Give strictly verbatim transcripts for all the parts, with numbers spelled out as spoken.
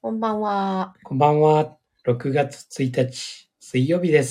こんばんは。 こんばんは。ろくがつついたち、水曜日です。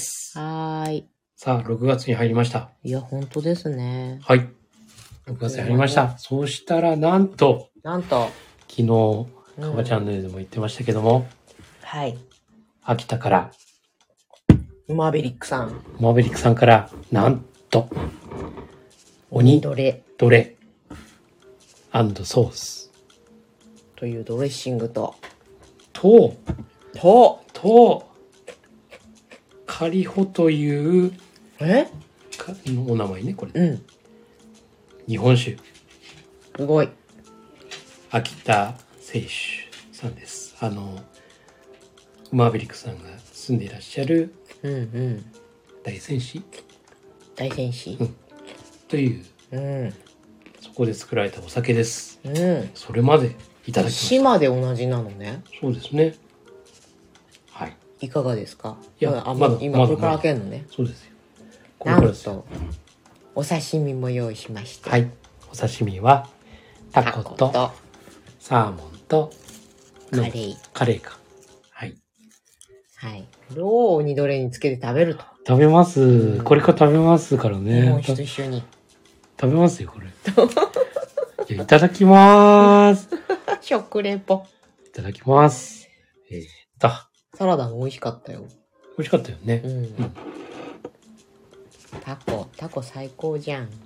はーい。 さあ、ろくがつに入りました。 いや、本当ですね。 はい。ろくがつに入りました。そうしたら、なんと、 なんと、 昨日、かばチャンネルでも言ってましたけども、 はい。 秋田から、 マーベリックさん。 マーベリックさんから、なんと、鬼どれどれソースというドレッシングと、 と、 と、 と、カリホというえかお名前ね、これ。 うん。 日本酒。 すごい。 秋田製酒さんです。あの、マーベリックさんが住んでいらっしゃるうんうん。 大仙市大仙市うんという、 うん。 そこで作られたお酒です。 うん。 それまでいただきました。 島で同じなのね。 そうですね。はい。 いかがですか？ いやまだあまだ今これから開けるのね。 そうですよ。これなんからですよ。 と、お刺身も用意しました。 はい。お刺身は、タコとタコサーモンとカレー。 カレーか。はい。 はい。これを鬼どれにつけて食べると。 食べます。 うんこれから食べますからね。 日本酒と一緒に。 食べますよ、これ。いやいただきまーす。 食レポ。 いただきます。えー、っと。 サラダも美味しかったよ。 美味しかったよね。 うん。 うん、 タコ、タコ最高じゃん。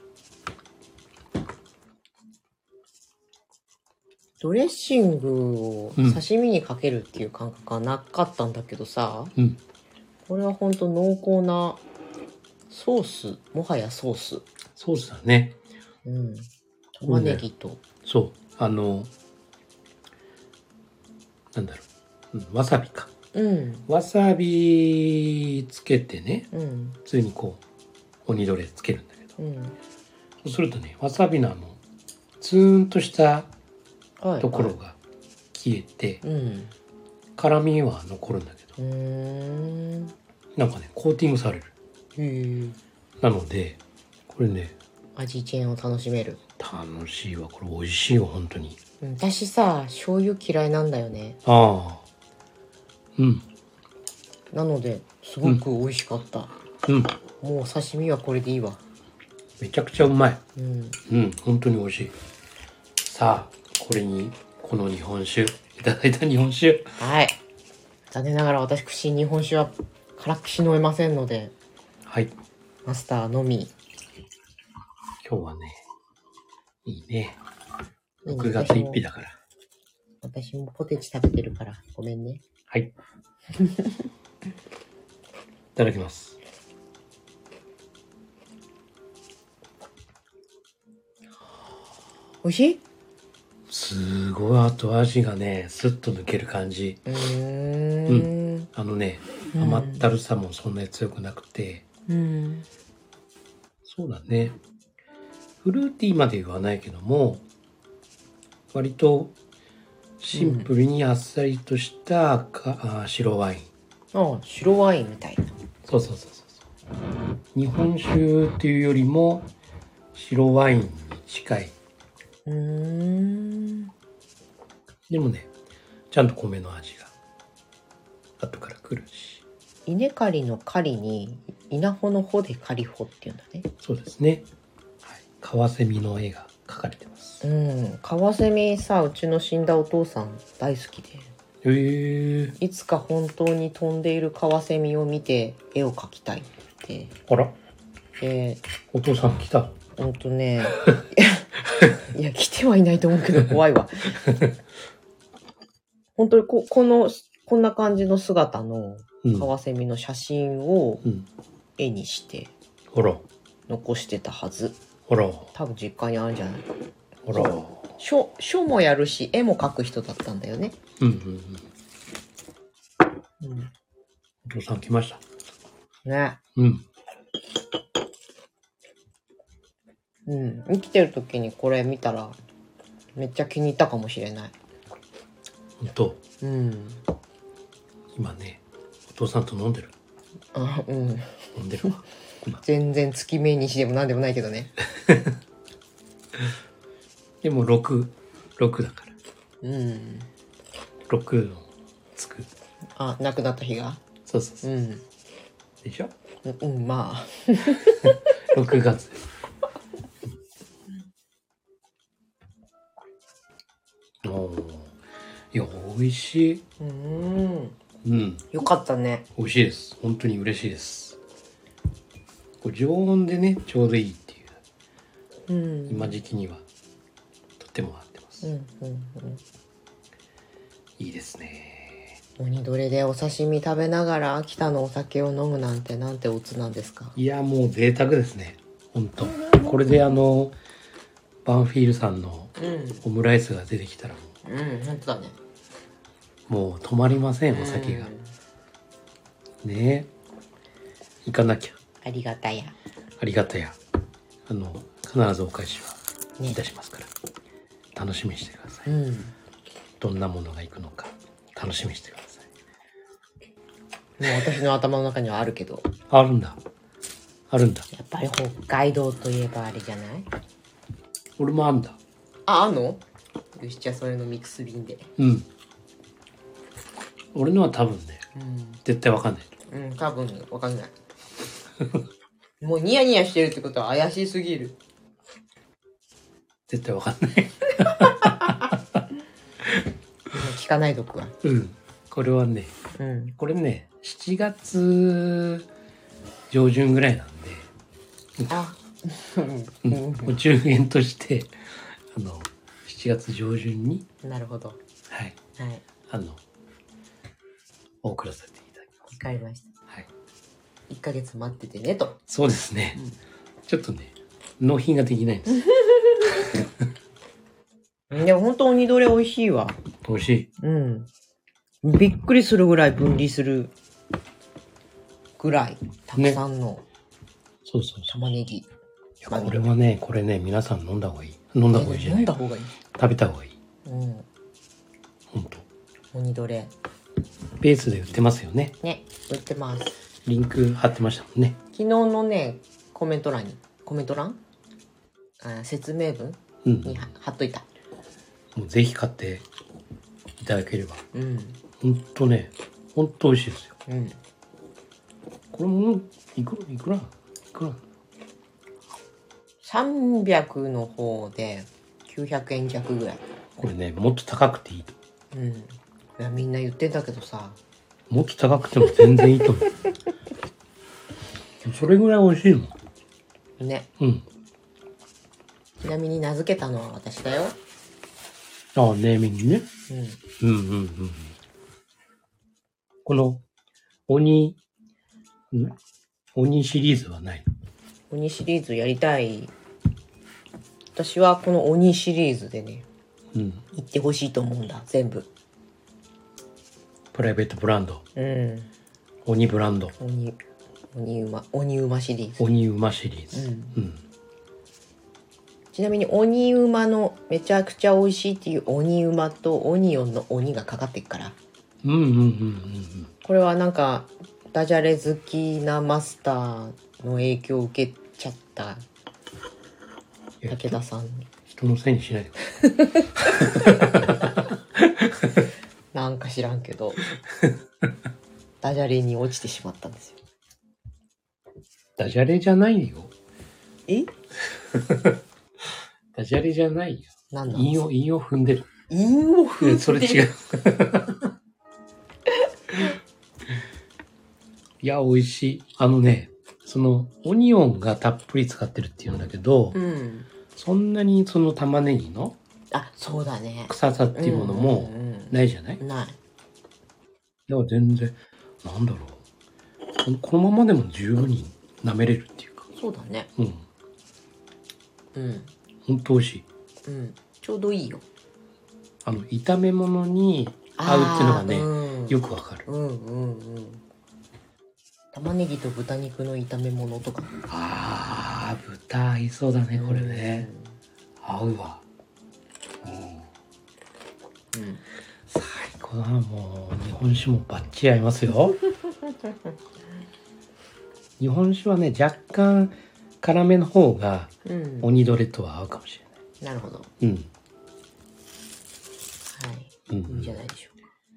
ドレッシングを刺身にかけるっていう感覚はなかったんだけどさ、 うん、 これはほんと濃厚なソース、もはやソース。 ソースだね。 うん。玉ねぎと。 そう。あの、なんだろう。うん、わさびか。 うん。 わさびつけてね、 うん。 普通にこう、鬼どれつけるんだけど。 うん。 そうするとね、わさびのあの、ツーンとしたはい、 ところが消えて、 はい、うん。 辛みは残るんだけど、 うーん。 なんかね、コーティングされる。 へえ。 なので、これね、 味チェーンを楽しめる。 楽しいわ。これ美味しいわ、本当に。 私さ、醤油嫌いなんだよね。 ああ。うん。 なので、すごく美味しかった。 うん。 もう刺身はこれでいいわ。 めちゃくちゃうまい。 うん。 うん、本当に美味しい。さあ、これに、この日本酒、いただいた日本酒。 はい。残念ながら私、日本酒は辛口飲めませんので。 はい。 マスターのみ。 今日はね、いいね。ろくがつついたちだから。 私もポテチ食べてるから、ごめんね。 はい。いただきます。 美味しい？ すごい後味がね、スッと抜ける感じ。 うーん。 うん。あのね、甘ったるさもそんなに強くなくて。 うん。 そうだね。フルーティーまで言わないけども、割とシンプルにあっさりとしたか、あ白ワイン。 ああ、白ワインみたいな。 そうそうそうそう。日本酒っていうよりも白ワインに近い。 うーん。 でもね、ちゃんと米の味が後から来るし。 稲刈りの刈りに稲穂の穂で刈り穂っていうんだね。 そうですね。はい。カワセミの絵が描かれてます。 うん。カワセミさ、うちの死んだお父さん大好きで。 へー。 いつか本当に飛んでいるカワセミを見て絵を描きたいって。 あら。 で、 お父さん来た。 ほんとね、いや来てはいないと思うけど怖いわ。本当にここのこんな感じの姿のカワセミの写真を絵にして残してたはず。 あら。 多分実家にあるんじゃないか。 あら。 書書もやるし絵も描く人だったんだよね。 うんうんうん。うん、お父さん来ました。 ね。 うん。 うん。生きてる時にこれ見たらめっちゃ気に入ったかもしれない。 本当。 うん。 今ね、お父さんと飲んでる。 あ、うん。 飲んでるわ。 全然月命日でもなんでもないけどね。でもろく、ろくだから。 うん。 ろくのつく。 あ、亡くなった日が。 そうそうそう。 うん。 でしょ。 うん、まあ。 ろくがつ。おー。いや、美味しい。 うん。 うん。 よかったね。 美味しいです。本当に嬉しいです。これ常温でね、ちょうどいいっていう。うん。今時期にはとっても合ってます。うんうんうん。いいですね。 鬼どれでお刺身食べながら秋田のお酒を飲むなんてなんておつなんですか。 いや、もう贅沢ですね。本当。これであのバンフィールさんのオムライスが出てきたらもう、うん、うん、本当だね。 もう止まりません、お酒が。ねえ。行かなきゃ。 ありがたや。 ありがたや。あの必ずお返しはいたしますから、ね、楽しみにしてください。うん、どんなものが行くのか楽しみにしてください。 もう私の頭の中にはあるけど。 あるんだ。あるんだ。 やっぱり北海道といえばあれじゃない？ 俺もあるんだ。 あ、あんの？よし、じゃあそれのミックス便で。 うん。俺のは多分ね、うん、絶対わかんない。 うん、多分わかんない。もうニヤニヤしてるってことは怪しすぎる。 絶対わかんない。 聞かないとくわ。 うん。これはね、うん、これね、しちがつ上旬ぐらいなんで、あ、うん、お中元としてあのしちがつ上旬に、 なるほど。 はい。はい。あのお送らせていただきます。 わかりました。はい。いっかげつ待っててねと。 そうですね。うん、ちょっとね、納品ができないんです。 でも本当鬼どれ美味しいわ。 美味しい。 うん。びっくりするぐらい分離するぐらいたくさんの、ね、 そうそうそう玉ねぎ。 これはね、これね、皆さん飲んだ方がいい。飲んだ方がいいじゃない。 飲んだ方がいい。 食べた方がいい。うん。本当。 鬼どれ。 ベースで売ってますよね。 ね、売ってます。 リンク貼ってましたもんね。 昨日のね、コメント欄に、コメント欄？あ、説明文に貼っといた。 うん、もうぜひ買っていただければ。うん。ほんとね、ほんと美味しいですよ。うん。これもいくらいくらいくらさんびゃくの方できゅうひゃくえん弱ぐらい。 これね、もっと高くていいと。 うん。いや、みんな言ってんだけどさ。 もっと高くても全然いいと思う。それぐらい美味しいもん。 ね。うん。ちなみに名付けたのは私だよ。 ああ、ネーミングね。うん。うんうんうん。この、鬼、ん鬼シリーズはない？ 鬼シリーズやりたい。私はこの鬼シリーズでね、うん、行ってほしいと思うんだ、全部。 プライベートブランド。うん。鬼ブランド。 鬼、鬼馬、鬼馬シリーズ。 鬼馬シリーズ。うん。うん、 ちなみに鬼馬のめちゃくちゃ美味しいっていう鬼馬とオニオンの鬼がかかってるから。 うんうんうんうんうん。 これはなんかダジャレ好きなマスターの影響を受けちゃった武田さんに。 人のせいにしないでください。 なんか知らんけどダジャレに落ちてしまったんですよ。 ダジャレじゃないよ。 えダジャレじゃないよ。 何なん韻を韻を踏んでる。 韻を踏んでる。 それ違う。いや、美味しい。あのね、そのオニオンがたっぷり使ってるっていうんだけど、うん、そんなにその玉ねぎのあ、そうだね。 臭さっていうものもないじゃない？ うんうんうん、ない。 いや、全然、なんだろう。このままでも十分に舐めれるっていうか。 そうだね。 うん。うん。ほんと美味しい。 うん。ちょうどいいよ。 あの、炒め物に合うっていうのがね、うん、よくわかる。うんうんうん。 玉ねぎと豚肉の炒め物とか。 ああ、豚合いそうだね、これね。うん、合うわ。うん。うん。最高だな、もう。日本酒もバッチリ合いますよ。日本酒はね、若干辛めの方が、鬼どれとは合うかもしれない。 なるほど。 うん。 はい。うん、いいんじゃないでしょうか。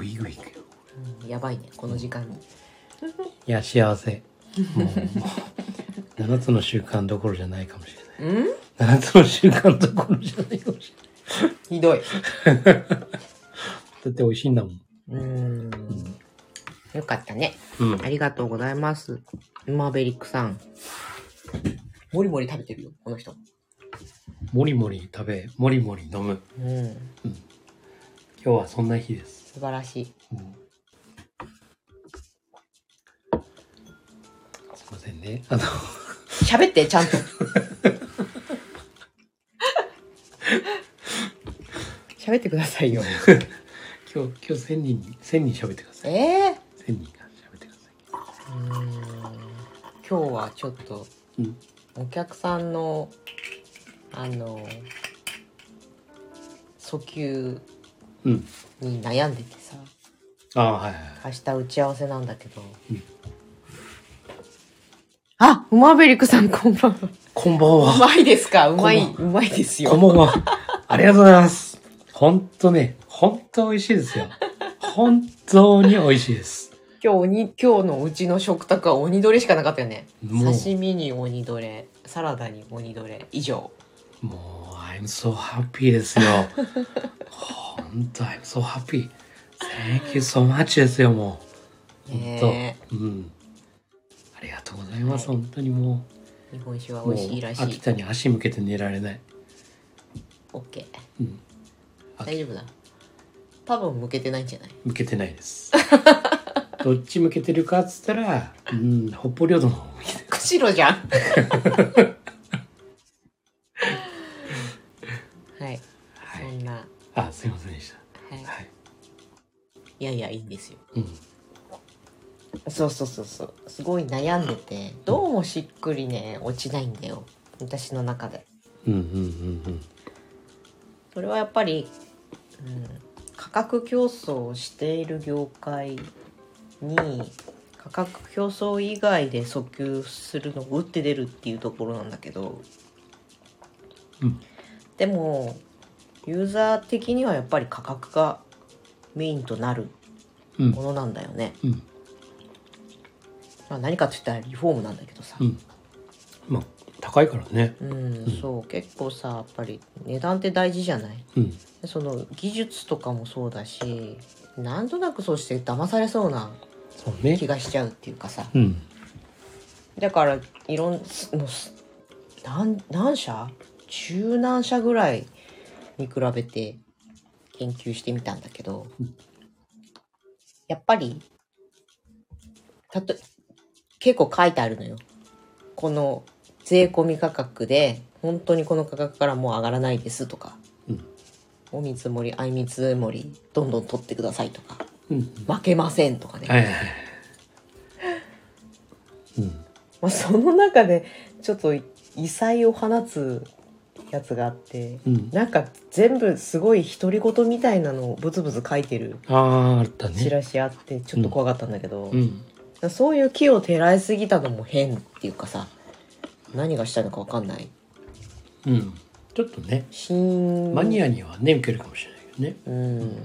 グイグイいくよ、 うん、やばいねこの時間に。 いや幸せ。もうななつの習慣どころじゃないかもしれない。うん？ななつの習慣どころじゃないかもしれない。 ひどい。 だって美味しいんだもん。うーん、 うん、よかったね、うん。ありがとうございます。マーベリックさん。もりもり食べてるよこの人。 もりもり食べ、もりもり飲む。うん。うん、今日はそんな日です。 素晴らしい。うん、 すいませんね。あの喋ってちゃんと。喋ってくださいよ。 今日今日千人千人喋ってください。 ええー、千人が喋ってください。うーん。 今日はちょっと、うん、お客さんのあの訴求に悩んでてさ、 うん、あはいはい、 明日打ち合わせなんだけど、うん、あ、マーベリックさんこんばんは。 こんばんは。 うまいですか？うまい、うまいですよ。 こんばんは。ありがとうございます。ほんとね、ほんと美味しいですよ。本当に美味しいです。 今日鬼、今日のうちの食卓は鬼どれしかなかったよね。刺身に鬼どれ、サラダに鬼どれ、以上。 もう、I'm so happy ですよ。ほんと、I'm so happy. Thank you so much ですよ、もう。 ねえ。 うん。ありがとうございます、はい、本当にもう。日本酒は美味しいらしい。 秋田に足向けて寝られない。 OK。うん。大丈夫だ。多分向けてないんじゃない？ 向けてないです。どっち向けてるかっつったら、うん、北方領土の方向けてる。 釧路じゃん。はい、はい。そんな。 あ、すいませんでした。はい。はい、 いやいや、いいんですよ。うん。そうそうそうそう。すごい悩んでて、どうもしっくりね、落ちないんだよ。私の中で。うんうんうんうん。それはやっぱり、うん、価格競争をしている業界に価格競争以外で訴求するのを打って出るっていうところなんだけど、うん、でもユーザー的にはやっぱり価格がメインとなるものなんだよね、うんうん、まあ、何かって言ったらリフォームなんだけどさ、うん、 まあ高いからね、 うんうん、そう結構さやっぱり値段って大事じゃない、うん、その技術とかもそうだしなんとなくそうして騙されそうな気がしちゃうっていうかさ、ね、うん、だからいろんもう何, 何社十何社ぐらいに比べて研究してみたんだけど、うん、やっぱりたと結構書いてあるのよ。この税込み価格で本当にこの価格からもう上がらないですとか、うん、お見積もり相見積もりどんどん取ってくださいとか、うん、負けませんとかね、はいはいはい、うんまあ、その中でちょっと異彩を放つやつがあって、うん、なんか全部すごい独り言みたいなのをブツブツ書いてるチラシあってちょっと怖かったんだけど、うんうん、そういう木をてらいすぎたのも変っていうかさ何がしたいのか分かんない、 うん、ちょっとねマニアにはね受けるかもしれないけどね、うん、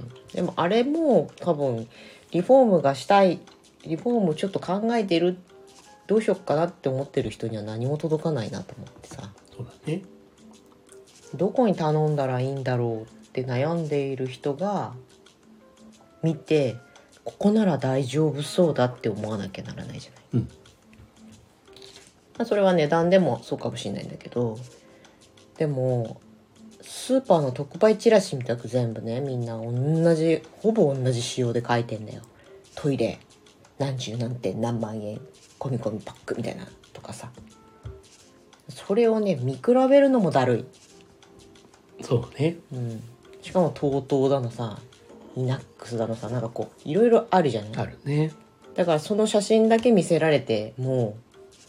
でもあれも多分リフォームがしたいリフォームちょっと考えてるどうしよっかなって思ってる人には何も届かないなと思ってさそうだねどこに頼んだらいいんだろうって悩んでいる人が見てここなら大丈夫そうだって思わなきゃならないじゃない、うんそれは値段でもそうかもしれないんだけどでもスーパーの特売チラシみたく全部ねみんな同じほぼ同じ仕様で書いてんだよ。トイレ何十何点何万円込み込みパックみたいなとかさそれをね見比べるのもだるい。 そうね、 うん、しかも トートー だのさイナックスだのさなんかこういろいろあるじゃない。 あるね。 だからその写真だけ見せられてもう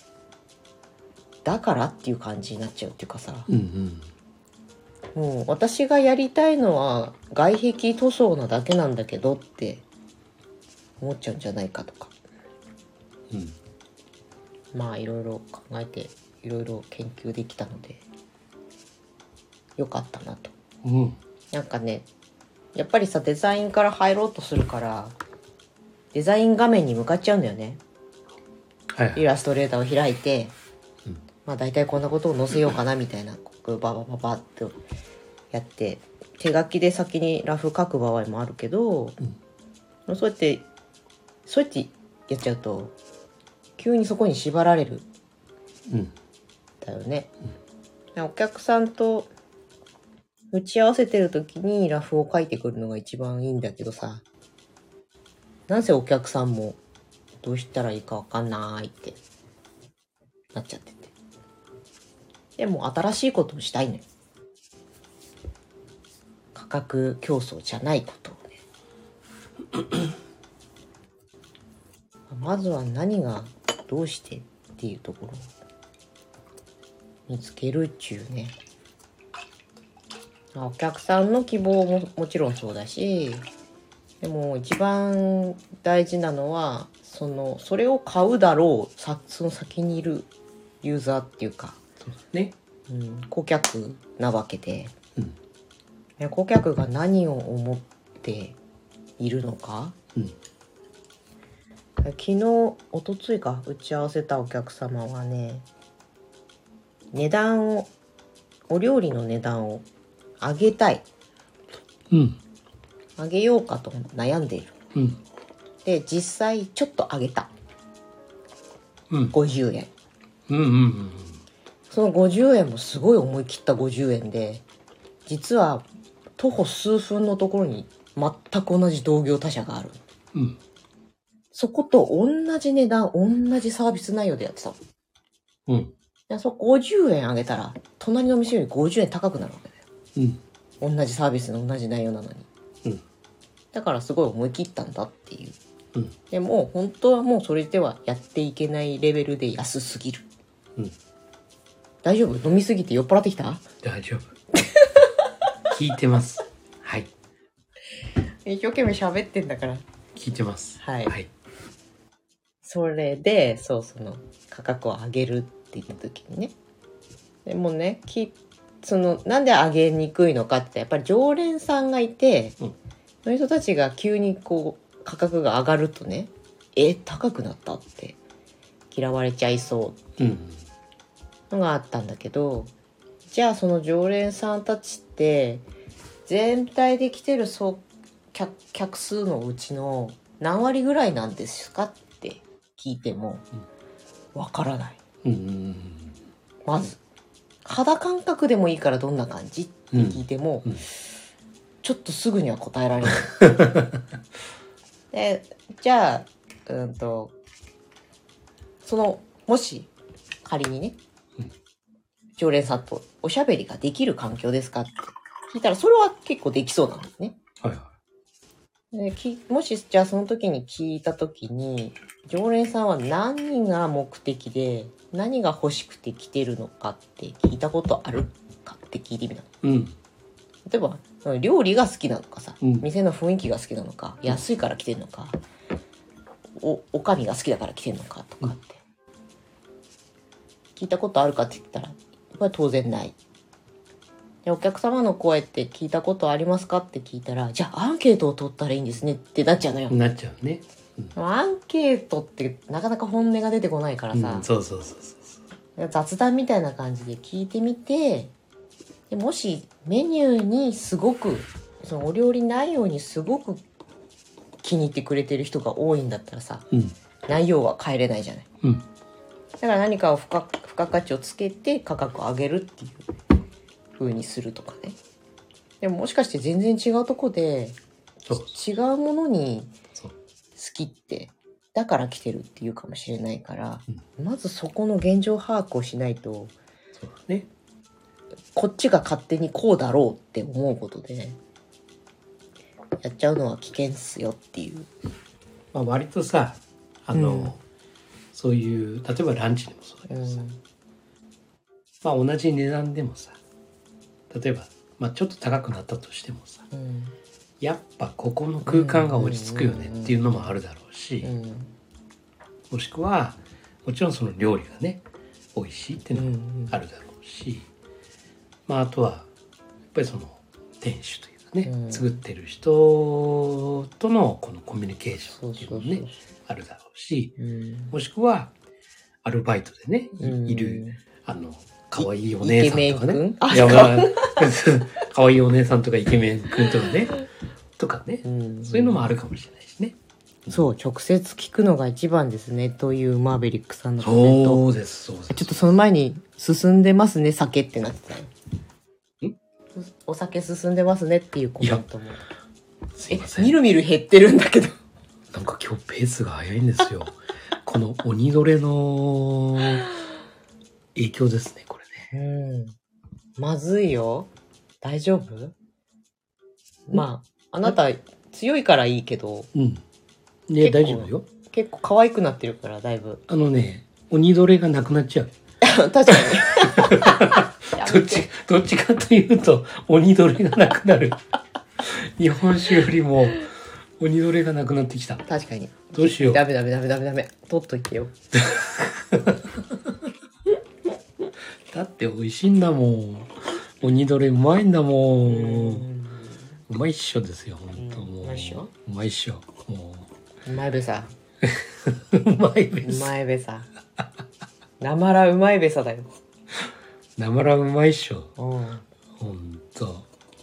だからっていう感じになっちゃうっていうかさ、うんうん、もう私がやりたいのは外壁塗装なだけなんだけどって思っちゃうんじゃないかとか、うん、まあいろいろ考えていろいろ研究できたのでよかったなと、うん、なんかねやっぱりさデザインから入ろうとするからデザイン画面に向かっちゃうんだよね、はいはい、イラストレーターを開いて、うん、まあ大体こんなことを載せようかなみたいなババババッとやって手書きで先にラフ書く場合もあるけど、うん、そうやってそうやってやっちゃうと急にそこに縛られる、うん、だよね、うん、お客さんと打ち合わせてる時にラフを書いてくるのが一番いいんだけどさ、なんせお客さんもどうしたらいいかわかんないってなっちゃってて、でも新しいことをしたいのよ。価格競争じゃないことをねまずは何がどうしてっていうところを見つけるっちゅうね。お客さんの希望ももちろんそうだし、でも一番大事なのはそのそれを買うだろうさその先にいるユーザーっていうか、そうね、うん、顧客なわけで、うん、顧客が何を思っているのか、うん、昨日一昨日か打ち合わせたお客様はね、値段をお料理の値段を上げたい、うん、上げようかと悩んでいる、うん、で実際ちょっと上げた、うん、ごじゅうえん、うんうんうん、そのごじゅうえんもすごい思い切ったごじゅうえんで、実は徒歩数分のところに全く同じ同業他社がある、うん、そこと同じ値段同じサービス内容でやってたの、うん、でそごじゅうえん上げたら隣の店よりごじゅうえん高くなるわけだよ、うん、同じサービスの同じ内容なのに、うん、だからすごい思い切ったんだっていう、うん、でも本当はもうそれではやっていけないレベルで安すぎる、うん、大丈夫？飲みすぎて酔っ払ってきた？ 大丈夫聞いてます。はい、 一生懸命喋ってんだから聞いてます。 はい、はい、それでそうその価格を上げるって言った時にね、でもねきそのなんで上げにくいのかってやっぱり常連さんがいて、うん、その人たちが急にこう価格が上がるとね、え高くなったって嫌われちゃいそうっていうのがあったんだけど、うん、じゃあその常連さんたちって全体で来てる総 客, 客数のうちの何割ぐらいなんですかって聞いてもわからない、うん、まず肌感覚でもいいからどんな感じって聞いても、うんうん、ちょっとすぐには答えられないでじゃあ、うんと、そのもし仮にね、うん、常連さんとおしゃべりができる環境ですかって聞いたらそれは結構できそうなんですね、はいはい、できもしじゃあその時に聞いた時に常連さんは何が目的で何が欲しくて来てるのかって聞いたことあるかって聞いてみたの、うん、例えば料理が好きなのかさ、うん、店の雰囲気が好きなのか、安いから来てるのか、おおかみが好きだから来てるのかとかって、うん、聞いたことあるかって言ったらこれは当然ない。でお客様の声って聞いたことありますかって聞いたら、じゃあアンケートを取ったらいいんですねってなっちゃうのよ。 なっちゃうね、 うん、アンケートってなかなか本音が出てこないからさ、 うん、そうそうそうそう雑談みたいな感じで聞いてみて、でもしメニューにすごくそのお料理内容にすごく気に入ってくれてる人が多いんだったらさ、うん、内容は変えれないじゃない、うん、だから何かを付加、付加価値をつけて価格を上げるっていう風にするとかね。でももしかして全然違うとこで違うものに好きってだから来てるっていうかもしれないから、うん、まずそこの現状把握をしないと、そうだね、こっちが勝手にこうだろうって思うことでやっちゃうのは危険っすよっていう、 まあ、割とさあの、うん、そういう例えばランチでもそうだけどさ、うん、まあ同じ値段でもさ、例えば、まあ、ちょっと高くなったとしてもさ、うん、やっぱここの空間が落ち着くよねっていうのもあるだろうし、うん、もしくはもちろんその料理がね美味しいっていうのもあるだろうし、まあ、あとはやっぱりその店主というかかね、うん、作ってる人とのこのコミュニケーションっていうのもねあるだろうし、うん、もしくはアルバイトでね、うん、いるあの可愛いお姉さんとかね、いやまあ可愛いお姉さんとかイケメンくんとかねとかね、うん、そういうのもあるかもしれないしね。 そう、直接聞くのが一番ですねというマーベリックさんのコメント。 そうですそうです。 ちょっとその前に進んでますね酒ってなってたよ。お酒進んでますねっていうコメントも。 すいません。 みるみる減ってるんだけど。 なんか今日ペースが早いんですよ。この鬼どれの影響ですね、これね。 うん。まずいよ。大丈夫？まあ、あなた強いからいいけど。 うん。いや、大丈夫よ。 結構可愛くなってるから、だいぶ。 あのね、鬼どれがなくなっちゃう。 確かに。 どっち、どっちかというと、鬼どれがなくなる。日本酒よりも、鬼どれがなくなってきた。 確かに。 どうしよう。 ダメダメダメダメダメ。取っといてよ。 だって美味しいんだもん。鬼どれうまいんだもん。うまいっしょですよ、本当もう。うまいっしょうまいっしょ。もう。うまいべさ。 うまいべさ。 うまいべさ。なまらうまいべさだよ。 なまらうまいっしょ。 うん。 ほんと。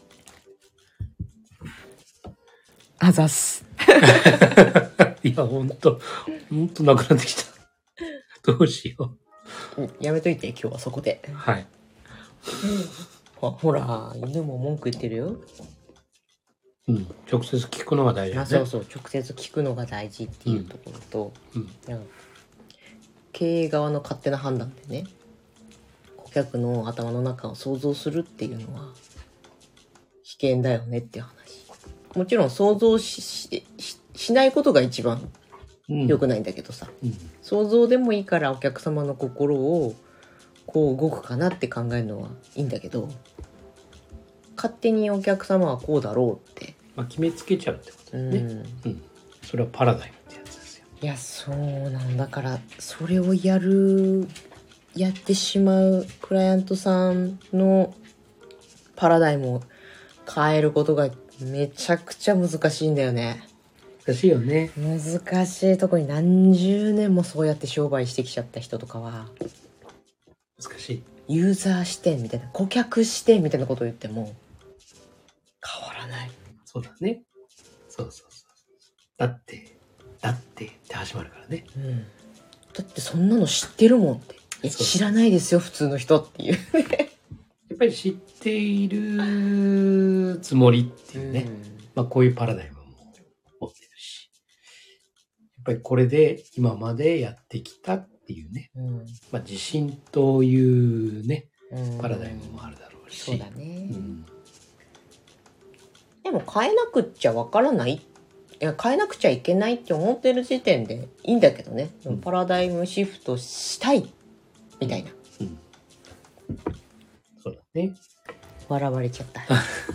あざっす。 いや、ほんと、ほんとなくなってきた。どうしよう。やめといて、今日はそこで。 はい。 ほ, ほら、犬も文句言ってるよ。 うん、直接聞くのが大事、ね。 あ、そうそう、直接聞くのが大事っていうところと、うんうん、経営側の勝手な判断でね、顧客の頭の中を想像するっていうのは危険だよねっていう話。もちろん想像 し, し, しないことが一番良くないんだけどさ、うんうん、想像でもいいからお客様の心をこう動くかなって考えるのはいいんだけど、勝手にお客様はこうだろうって、 まあ、決めつけちゃうってことだね、うんうん、それはパラダイムってやつですよ。 いや、そうなんだから、それをやるやってしまうクライアントさんのパラダイムを変えることがめちゃくちゃ難しいんだよね。 難しいよね。 難しい。特に何十年もそうやって商売してきちゃった人とかは難しい。 ユーザー視点みたいな、顧客視点みたいなことを言っても変わらない。 そうだね。そうそうそう。だってだってって始まるからね、 うん、だってそんなの知ってるもんって。え、知らないですよ普通の人っていうね。 やっぱり知っているつもりっていうね、うん、まあこういうパラダイムも持ってるし、やっぱりこれで今までやってきたっていうね、うん、まあ自信というね、うん、パラダイムもあるだろうし。 そうだね、うん、でも変えなくっちゃわからない、いや変えなくちゃいけないって思ってる時点でいいんだけどね、うん、パラダイムシフトしたいみたいな、うん、 そうだね。 笑われちゃった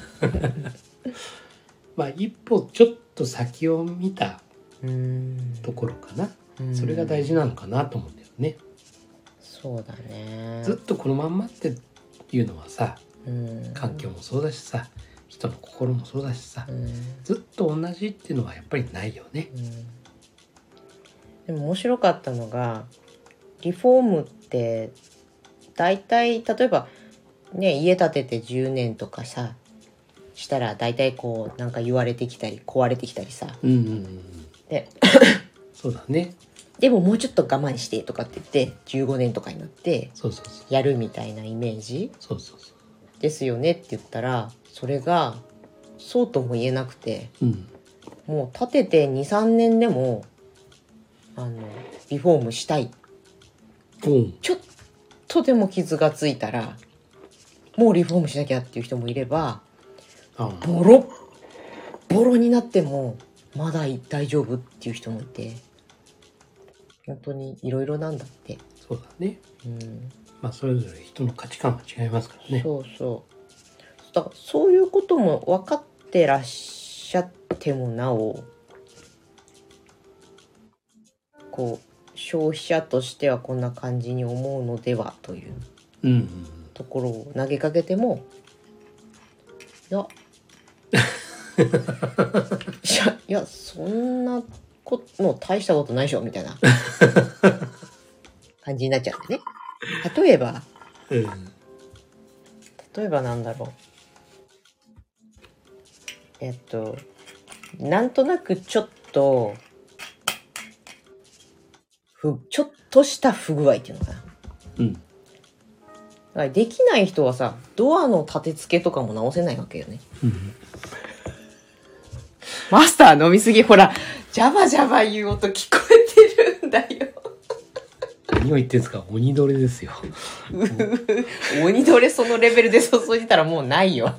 まあ一歩ちょっと先を見たところかな、それが大事なのかなと思うんだよね。 そうだね。 ずっとこのまんまっていうのはさ、環境もそうだしさ、人の心もそうだしさ、ずっと同じっていうのはやっぱりないよね。 でも面白かったのが、リフォームって大体例えばね、家建ててじゅうねんとかさしたら大体こうなんか言われてきたり壊れてきたりさ、うんうんうん、でそうだね。 でももうちょっと我慢してとかって言ってじゅうごねんとかになってやるみたいなイメージですよねって言ったら、それがそうとも言えなくて、うん、もう建てて にさんねんでもあのリフォームしたい、うん、ちょっとでも傷がついたらもうリフォームしなきゃっていう人もいれば、ボロッボロになってもまだ大丈夫っていう人もいて、本当にいろいろなんだって。 そうだね、うん、まあそれぞれ人の価値観が違いますからね。 そうそうだからそういうことも分かってらっしゃってもなお、こう消費者としてはこんな感じに思うのではという、うんうん、ところを投げかけても、いやいやいやそんなことの大したことないでしょみたいな感じになっちゃってね。例えば、うん、例えばなんだろう。えっとなんとなくちょっとふちょっとした不具合っていうのかな。うん。だからできない人はさ、ドアの立て付けとかも直せないわけよね。うん、マスター飲みすぎ、ほら、ジャバジャバ言う音聞こえてるんだよ。 何を言ってんすか、鬼どれですよ。 鬼どれそのレベルで注いでたらもうないよ。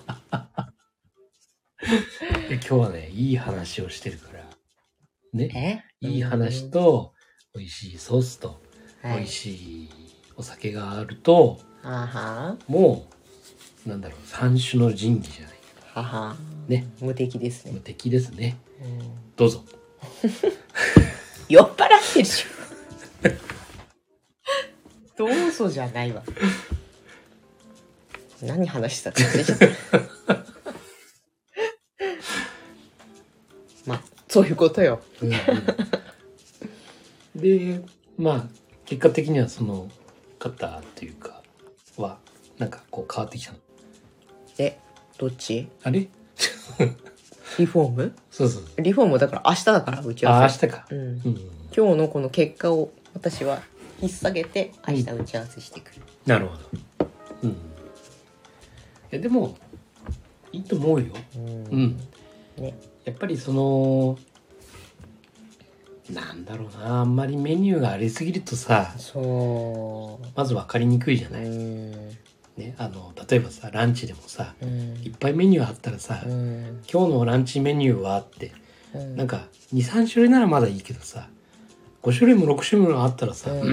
今日はね、いい話をしてるから。ね。いい話と、美味しいソースと、はい、美味しいお酒があると、ははもう、なんだろう、三種の神器じゃないか。ははね。無敵ですね。 無敵ですね。うん、どうぞ。 酔っ払ってるしょ。どうぞじゃないわ。何話したか忘れちゃった。まあそういうことよ。うんうん、でまあ結果的にはその方っていうかはなんかこう変わってきたの。 えどっち？ あれ？ リフォーム？ そうそう。 リフォームだから明日だから打ち合わせ。 あ明日か、うんうん。 今日のこの結果を私は引っ提げて明日打ち合わせしてくる。 うん、なるほど。うん。いやでもいいと思うよ。うん。うん、ね。やっぱりそのなんだろうな、あんまりメニューがありすぎるとさ、そうまず分かりにくいじゃない。うんね、あの例えばさランチでもさ、うん、いっぱいメニューあったらさ、うん、今日のランチメニューはって、うん、なんか に,さん 種類ならまだいいけどさご種類もろく種類もあったらさ、うん、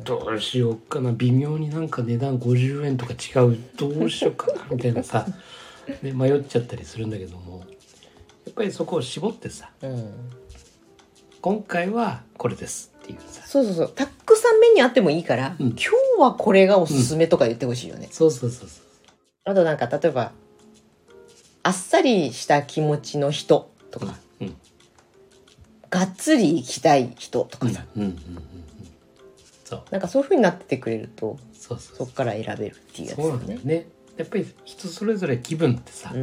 どうしようかな、微妙になんか値段ごじゅうえんとか違う、どうしようかなみたいなさ、ね、迷っちゃったりするんだけども、やっぱりそこを絞ってさ、うん、今回はこれですっていうさ、 そうそうそう、たくさんメニューあってもいいから、うん、今日はこれがおすすめとか言ってほしいよね、うん、 そうそうそうそう。 あとなんか例えばあっさりした気持ちの人とか、うんうん、がっつり行きたい人とかさ、うんうんうんうん、そうなんかそういう風になってくれると、そうそうそう、そっから選べるっていうやつね。そうなんだよね。 やっぱり人それぞれ気分ってさ、うん、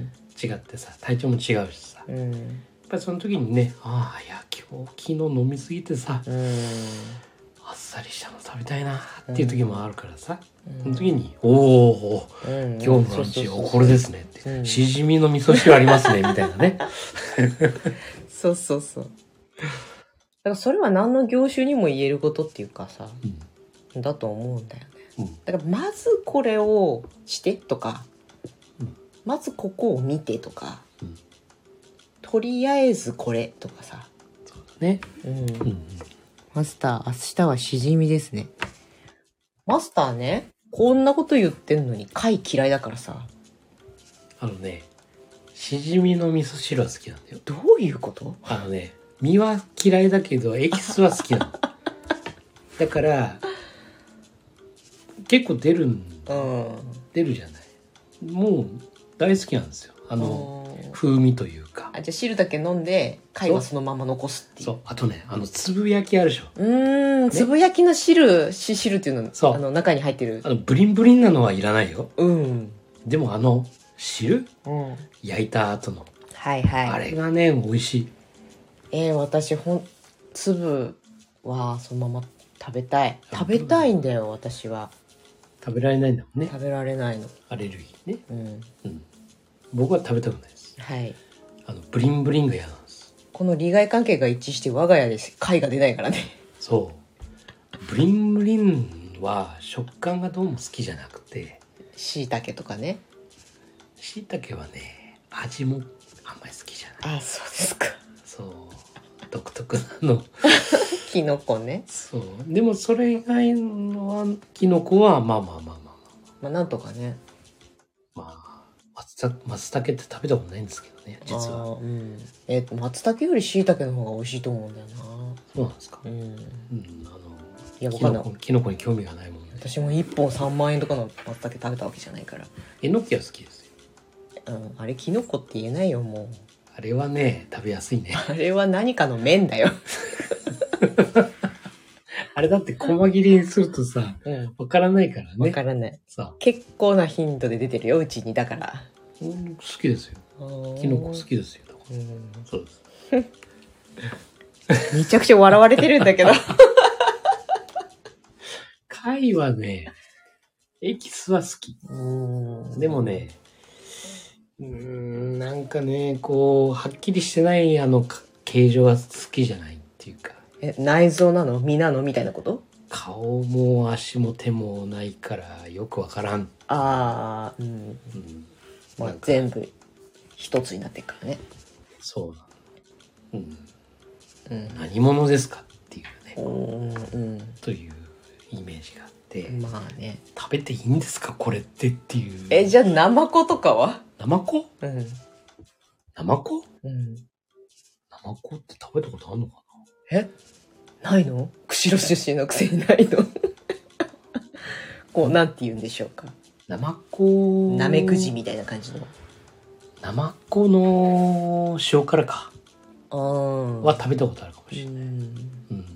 違ってさ、体調も違うしさ、うん、やっぱりその時にね、ああいや今日昨日飲みすぎてさ、うん、あっさりしたの食べたいなっていう時もあるからさ、うん、その時におお、うん、今日のランチはこれですねって、うん、しじみの味噌汁ありますねみたいなね。 そうそうそう。だからそれは何の業種にも言えることっていうかさ、うん、だと思うんだよね。うん、だからまずこれをしてとか、うん、まずここを見てとか、うん、とりあえずこれとかさ。そうだね。うん。うん、マスター明日はしじみですね。マスターね、こんなこと言ってんのに貝嫌いだからさ。 あのね、しじみの味噌汁は好きなんだよ。 どういうこと？ あのね、身は嫌いだけどエキスは好きなの。だから結構出るん、うん、出るじゃない。もう大好きなんですよ。あの風味というか。 あ、じゃあ汁だけ飲んで貝はそのまま残すっていう。 そう。あとね、あのつぶ焼きあるでしょ。 うーん、ね、つぶ焼きの汁、し汁っていうの、そう、あの中に入ってる。 あのブリンブリンなのはいらないよ。うん。でもあの汁、うん、焼いた後の、はいはい。あれがね美味しい。 えー、私ほん粒はそのまま食べたい。食べたいんだよ私は。 食べられないんだもんね。 食べられないの。 アレルギーね。うん。うん。僕は食べたくないです。はい。あのブリンブリンが嫌なんです。 この利害関係が一致して我が家で貝が出ないからね。 そう。ブリンブリンは食感がどうも好きじゃなくて。 椎茸とかね。 椎茸はね、味もあんまり好きじゃない。 あ、そうですか。 そう。独特なの。 キノコね。 そう。でもそれ以外のはキノコはまあまあまあまあまあ。 まあなんとかね。 まあ松茸、松茸って食べたことないんですけどね、実は。 うん。えっと松茸より椎茸の方が美味しいと思うんだよな。 そうなんですか。うん。うん、あのいやわかんない。キノコに興味がないもんね。 私もいっぽんさんまんえんとかの松茸食べたわけじゃないから。 えのきは好きですよ。 うん、あれキノコって言えないよもう。 あれはね食べやすいね。 あれは何かの麺だよ。 あれだって細切りにするとさ、うん、わからないからね。 わからない。結構な頻度で出てるようちに。だから。 うん、好きですよ。キノコ好きですよ。うん、そうです。 めちゃくちゃ笑われてるんだけど。 貝はね、エキスは好き。うんでもね、うーん、なんかね、こう、はっきりしてないあの形状は好きじゃないっていうか。 え、内臓なの身なのみたいなこと？ 顔も足も手もないからよくわからん。 ああ、うん。うん、まあ全部一つになってるからね。 そうなの。うん。うん、何者ですかっていうね。うん。というイメージがあって。 まあね。 食べていいんですかこれってっていう。 え、じゃあナマコとかは？ ナマコ？うん。ナマコ？ うん。 ナマコって食べたことあるのかな？え？ないの？釧路出身のくせにないの？こうなんて言うんでしょうか。 ナマコ。 ナメクジみたいな感じの。 ナマコの塩辛か。ああ。は食べたことあるかもしれない。うん。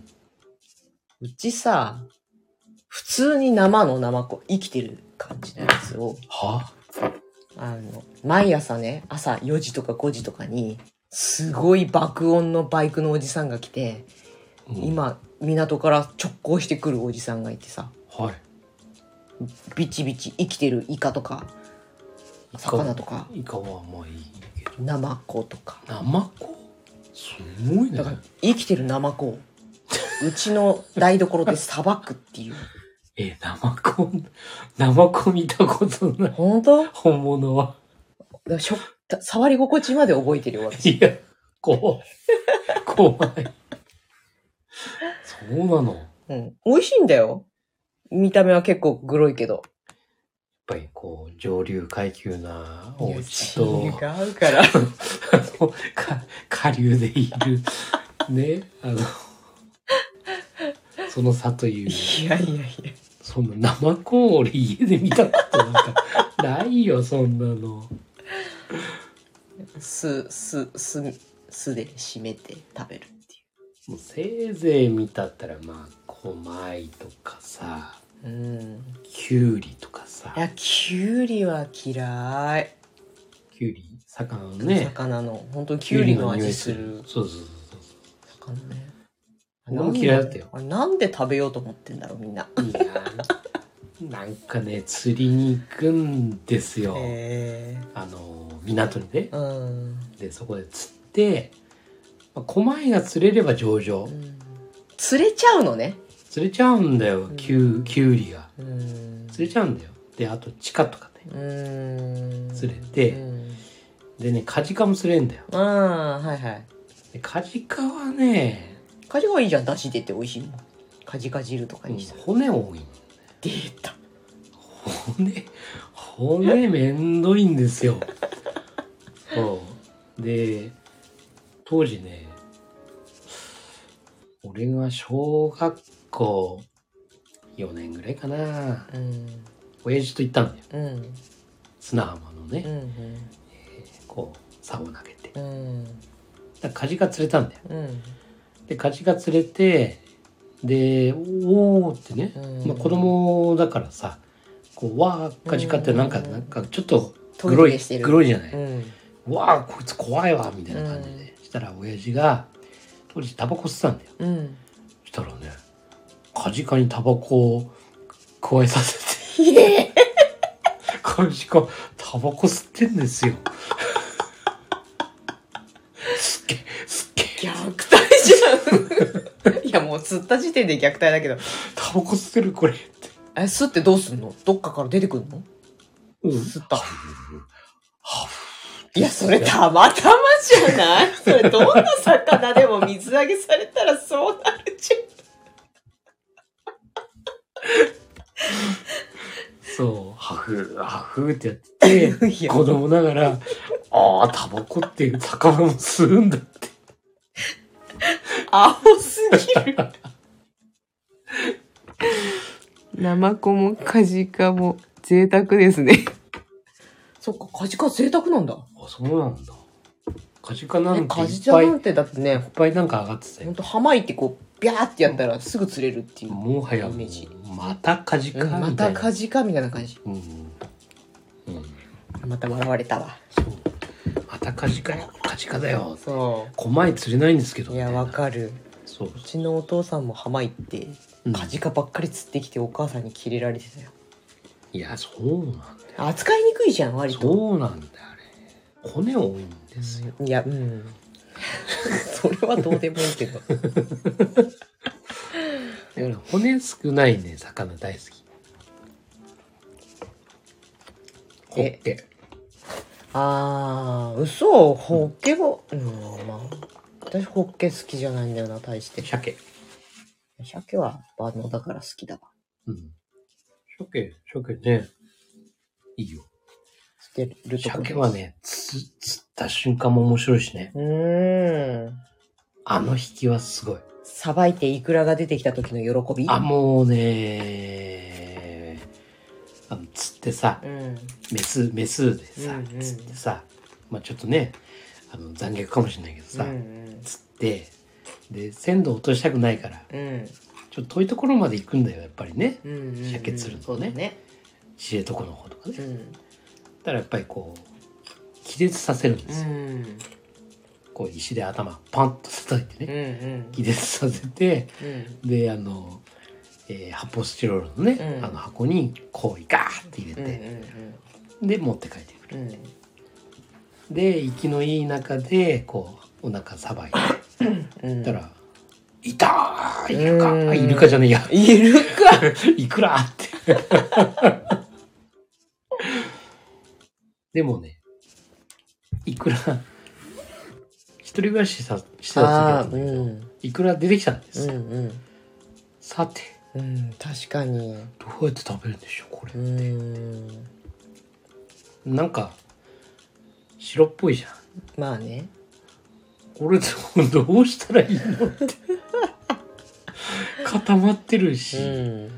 うちさ、普通に生のナマコ生きてる感じのやつを。は？あの毎朝ね、朝よじとかごじとかにすごい爆音のバイクのおじさんが来て、うん、今港から直行してくるおじさんがいてさ、はい、ビチビチ生きてるイカとか魚とか、 イカはまあいいけど、 ナマコとか。 ナマコすごいね。 だから生きてるナマコをうちの台所でさばくっていう。 え、ナマコ、ナマコ見たことない。 本当？ 本物は。 だしょ触り心地まで覚えてるよ、私。 いや、怖い。怖い。そうなの。 うん。美味しいんだよ。見た目は結構グロいけど。やっぱりこう、上流階級なお家と。 違うから。 か下流でいる、ね、あの、その差という。 いやいやいや。 そんな生コーン俺家で見たことなんかないよ、そんなの。 酢、酢、酢、酢で締めて食べるっていう。 もうせいぜい見たったらまあ、小米とかさ、うん、きゅうりとかさ。 いや、きゅうりは嫌い。 きゅうり魚のね。 魚の、本当にきゅうりの味する。 そうそうそうそう。 魚ね。 俺も嫌いだったよ。 あれなんで食べようと思ってんだろうみんな。いやなんかね釣りに行くんですよ。あの港にね。うん、でそこで釣って、まあ、小米が釣れれば上々、うん。 釣れちゃうのね。 釣れちゃうんだよ。きゅう、きゅうりが、うん。釣れちゃうんだよ。であとチカとかね。うん釣れて、うん、でねカジカも釣れんだよ。 ああはいはい。 でカジカはね。 カジカはいいじゃん、出汁出て美味しいもん。カジカ汁とかにしたら、 うん、骨多い。 出た。 骨骨めんどいんですよ。そうで当時ね、俺が小学校よねんぐらいかな、うん、親父と行ったんだよ、うん、砂浜のね、うんうん、えー、こう竿を投げて、うん、だからカジカ釣れたんだよ、うん、でカジカ釣れて、でおーってね、うん、まあ、子供だからさこうわーカジカってなんか、うん、なんかちょっとグロいグロいじゃない、うん、わーこいつ怖いわみたいな感じで、うん、したら親父が当時タバコ吸ってたんだよ、うん、したらねカジカにタバコを加えさせてカジカタバコ吸ってんですよ。すっげすっげ虐待じゃん。いやもう釣った時点で虐待だけど、 タバコ吸ってるこれって。 え、吸ってどうすんの？どっかから出てくるの？うん。吸った。いや、それたまたまじゃない？それどんな魚でも水揚げされたらそうなるじゃん。 そう、ハフ、ハフってやってて、子供ながら、ああ、タバコって魚も吸うんだって。 青すぎる。ナマコもカジカも贅沢ですね。 そっか、カジカ贅沢なんだ。 あ、そうなんだ。カジカなんていっぱい、 カジカなんてだってね、いっぱいなんか上がってたよ。 ほんと、浜行ってこう、ビャーってやったらすぐ釣れるっていう。 もはや、イメージ。またカジカみたいな。 またカジカみたいな感じ。うん。 うん、 また笑われたわ。 そう。またカジカよ。カジカだよ。 そう。 狛江釣れないんですけど。 いや、わかる。 そう。うちのお父さんも浜行って、カジカばっかり釣ってきてお母さんにキレられてたよ。 いや、そうなんだよ。 扱いにくいじゃん、割と。 そうなんだよ、あれ。骨多いんですよ。 いや、うん。それはどうでもいいけど。だから骨少ないね、魚大好き。ホッケ。 あー、嘘、ホッケも、うん、まあ、私ホッケ好きじゃないんだよな、大して。 鮭。 鮭は万能だから好きだわ。 うん。鮭、鮭ね、いいよ。 捨てるとこ。 鮭はね、つ、釣った瞬間も面白いしね。 うーん。 あの引きはすごい。 さばいてイクラが出てきた時の喜び。 あ、もうね、あの、釣ってさ、うん、メス、メスでさ、うんうん、釣ってさ、まあちょっとね、あの、残虐かもしれないけどさ、うんうん、釣って、で、鮮度落としたくないから、うん、ちょっと遠いところまで行くんだよ、やっぱりね。うんうんうん、鮭釣るとね。ね、知床の方とかね。うん、だからやっぱりこう、気絶させるんですよ。うん、こう石で頭パンと叩いてね、うんうん、気絶させて、うん、で、あの、えー、発泡スチロールのね、うん、あの箱に氷ガーって入れて、うんうんうん、で、持って帰ってくる。うん、で、息のいい中で、こう、お腹さばいて、うん、たら、いたーイルカ、うん、イルカじゃねえや。 イルカいくらって。でもね、いくら、一人暮らしさしてた時だったんだけど、うん、いくら出てきたんですよ。うんうん、さて、 うん、確かに。 どうやって食べるんでしょう、これって。うんなんか、白っぽいじゃん。 まあね。 これどうしたらいいのって。固まってるし、うん、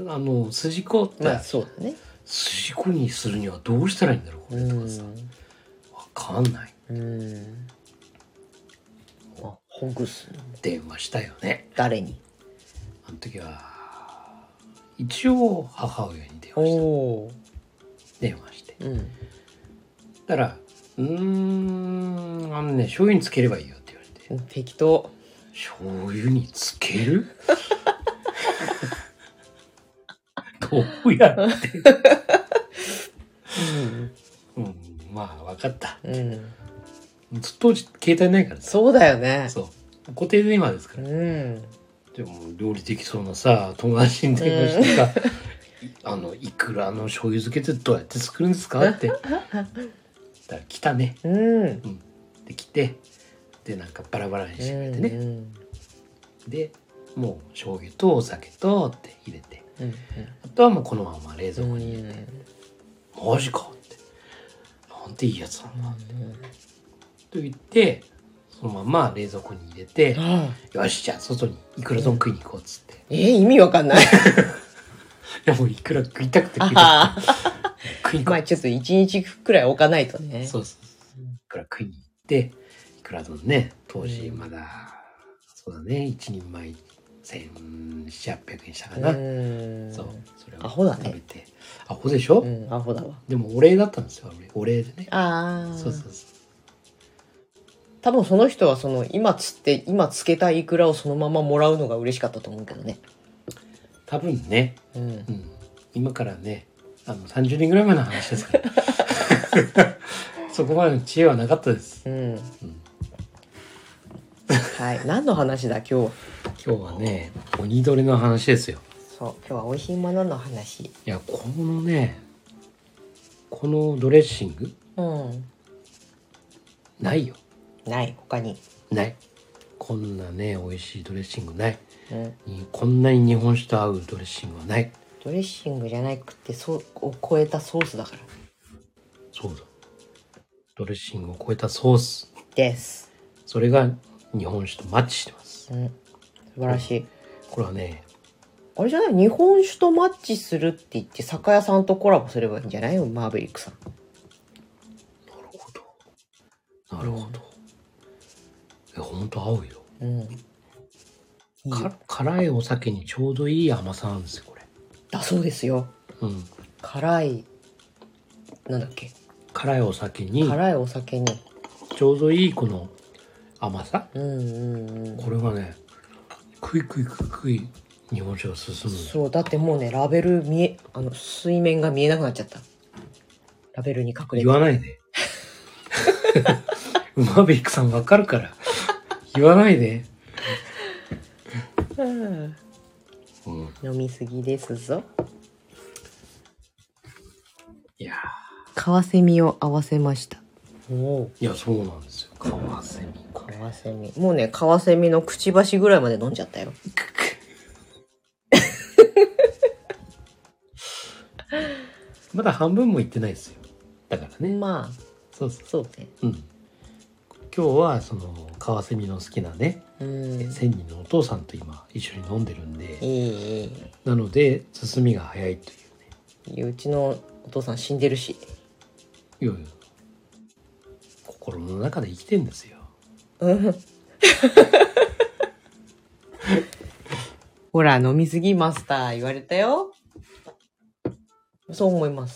あの、筋子って、 まあそうだね。 筋子にするにはどうしたらいいんだろう、これとかさ。わかんない。うん。 あ、ほぐす。 電話したよね。 誰に？ あの時は、一応母親に電話した。電話して。うん。だから、うーん、あのね、醤油につければいいよって言われて。 適当。 醤油につけるどうやって、うんうん、まあ分かった、うん、当時携帯ないからさ。 そうだよね。 そう固定電話ですから、うん、でも料理できそうなさ友達に電話してさ、うん、あのいくらの醤油漬けってどうやって作るんですかってだから来たね、うんうん、で来てでなんかバラバラにしてくれてね、うんうん、でもう醤油とお酒とって入れて、うんうん、あとはもうこのまま冷蔵庫に入れて、うん、マジかってなんていいやつなんだって、うんうん、と言ってそのまま冷蔵庫に入れて、うん、よしじゃあ外にいくら丼食いに行こうっつって、 うん、えー、意味わかんないいやもういくら食いたくて食いたくて食いに行こうまあちょっと一日くらい置かないとね。 そうそうそういくら食いに行っていくら丼ね当時まだ、うん、そうだね一人前せんななひゃくえんしたかな。うんそうそれをアホだね。 食べてアホでしょ、 うん、アホだわ。 でもお礼だったんですよお礼でね。 ああそうそうそう多分その人はその今釣って今漬けたイクラをそのままもらうのが嬉しかったと思うけどね。 多分ね、うんうん、今からねあのさんじゅうねんぐらい前の話ですからそこまでの知恵はなかったです、うんうん、 はい何の話だ今日は。 今日はね鬼どれの話ですよ。 そう今日は美味しいものの話。いやこのねこのドレッシング、うん、ないよ。 ない他にないこんなね美味しいドレッシングない、うん、こんなに日本酒と合うドレッシングはない。 ドレッシングじゃなくてそを超えたソースだから。 そうだドレッシングを超えたソースです。 それが日本酒とマッチしてます、うん、 素晴らしい。 これはねあれじゃない日本酒とマッチするって言って酒屋さんとコラボすればいいんじゃないよマーベリックさん。 なるほど。うん、ほんと合うよ。うん。いいか辛いお酒にちょうどいい甘さなんですよ、これ。 だそうですよ。うん。辛い、なんだっけ。 辛いお酒に。 辛いお酒に。 ちょうどいいこの甘さ。 うんうんうん。 これがね、クイクイクイクイ日本酒が進む。 そう、だってもうね、ラベル見え、あの、水面が見えなくなっちゃった。ラベルに隠れて。 言わないで。ウマベイクさんわかるから。言わないで。 うんうん、飲みすぎですぞ。いやー、カワセミを合わせました。 おいや、そうなんですよ。カワセミ。 カワセミ。もうね、カワセミのくちばしぐらいまで飲んじゃったよ。 まだ半分もいってないですよ。だからね。 まあ、 そうそう。 そうね。うん。 今日はそのカワセミの好きなね、うん、千人のお父さんと今一緒に飲んでるんで、いいなので進みが早いというね。 いや、うちのお父さん死んでるし。 いやいや、心の中で生きてんですよ。 ほら、飲みすぎマスター言われたよ。そう思います。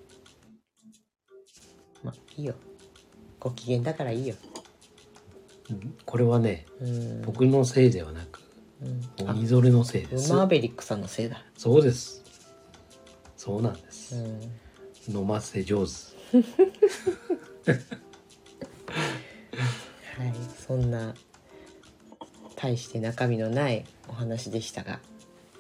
まあいいよ。ご機嫌だからいいよ。 これはね、うん、僕のせいではなく、うん、鬼ぞれのせいです。 マーベリックさんのせいだ。 そうです。そうなんです。うん、飲ませ上手。 はい、そんな大して中身のないお話でしたが、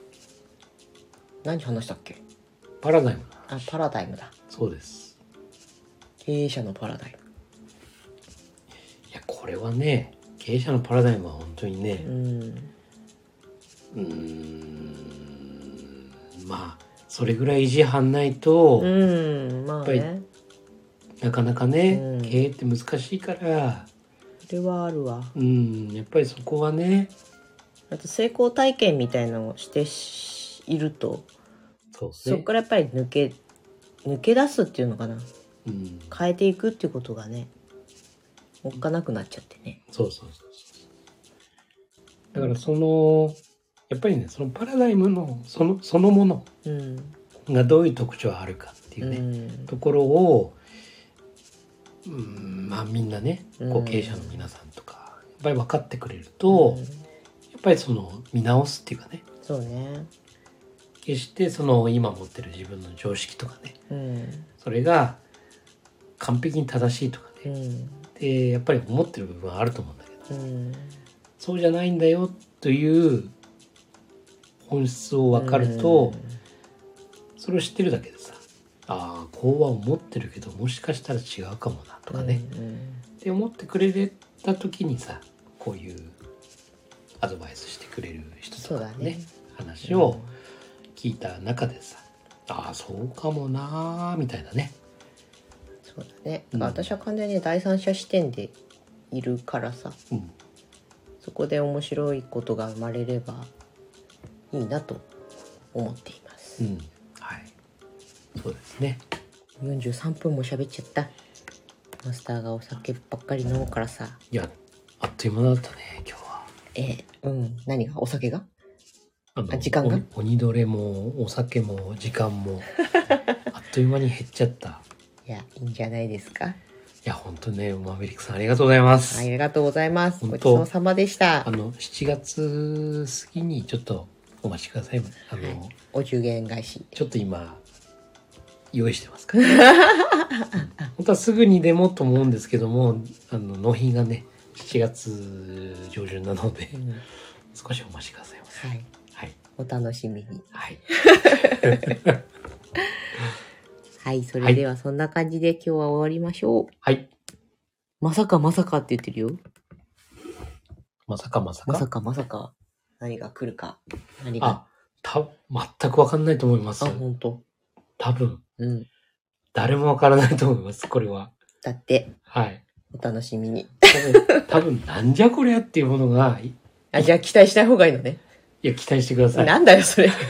何話したっけ？ パラダイム。 あ、パラダイムだ。 そうです。 経営者のパラダイム。 いや、これはね、経営者のパラダイムは本当にね、うん、うーん、まあそれぐらい意地張んないと、うん、まあね、やっぱりなかなかね、うん、経営って難しいから。 それはあるわ。 うん、やっぱりそこはね。 あと成功体験みたいなのをしていると、そうですね、そこからやっぱり抜け抜け出すっていうのかな、うん、変えていくっていうことがね、おっかなくなっちゃってね。 そうそうそうそう。だからそのやっぱりね、そのパラダイムのそのそのものがどういう特徴あるかっていうね、うん、ところを、うん、まあみんなね、こう経営者の皆さんとかやっぱり分かってくれると、うん、やっぱりその見直すっていうかね。 そうね。 決してその今持ってる自分の常識とかね、うん、それが完璧に正しいとかね、うん、でやっぱり思ってる部分はあると思うんだけど、うん、そうじゃないんだよという本質を分かると、うん、それを知ってるだけでさ、ああこうは思ってるけどもしかしたら違うかもなとかね、うんうん、って思ってくれた時にさ、こういうアドバイスしてくれる人とかね、ね、話を聞いた中でさ、うん、ああそうかもなみたいなね。 そうだね。だから私は完全に第三者視点でいるからさ、うん、そこで面白いことが生まれればいいなと思っています。うん、 はい。そうですね。 よんじゅうさんぷんも喋っちゃった。マスターがお酒ばっかり飲むからさ。 いや、あっという間だったね今日は。 えー、うん。何が？お酒が？あの時間が？ 鬼どれもお酒も時間もあっという間に減っちゃった。 いや、いいんじゃないですか。 いや、本当ね、マーベリックさんありがとうございます。 ありがとうございます。ごちそうさまでした。 あのしちがつ過ぎにちょっとお待ちください。あの、はい、 お中元返し。 ちょっと今用意してますから、ね。本当はすぐにでもと思うんですけども、あの納品がねしちがつ上旬なので、うん、少しお待ちくださいませ。はい。 はい。お楽しみに。 はい。 はい、それではそんな感じで今日は終わりましょう。 はい。 まさかまさかって言ってるよ。 まさかまさか。 まさかまさか。何が来るか。何が。 あ、た、全くわかんないと思います。 あ、本当。 多分。うん。誰もわからないと思います、これは。 だって。 はい。 お楽しみに。 多分、なんじゃこりゃっていうものが。 あ、じゃあ期待した方がいいのね。 いや、期待してください。 なんだよ、それ。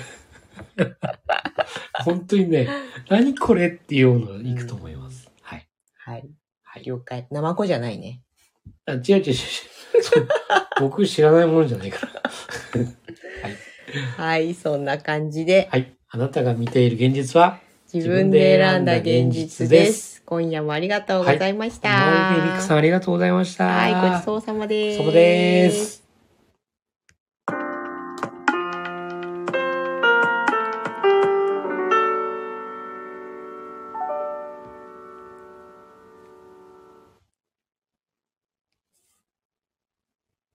本当にね、何これっていうのがいくと思います。うん、はい。 はい。 はい。 はい。 了解。ナマコじゃないね。 あ、違う違う違う。僕知らないものじゃないから。はい。 はい、そんな感じで。 はい。あなたが見ている現実は自分で選んだ現実です。今夜もありがとうございました。 はい、マイフェリックさんありがとうございました。 はい、ごちそうさまです。 ごちそうさまです。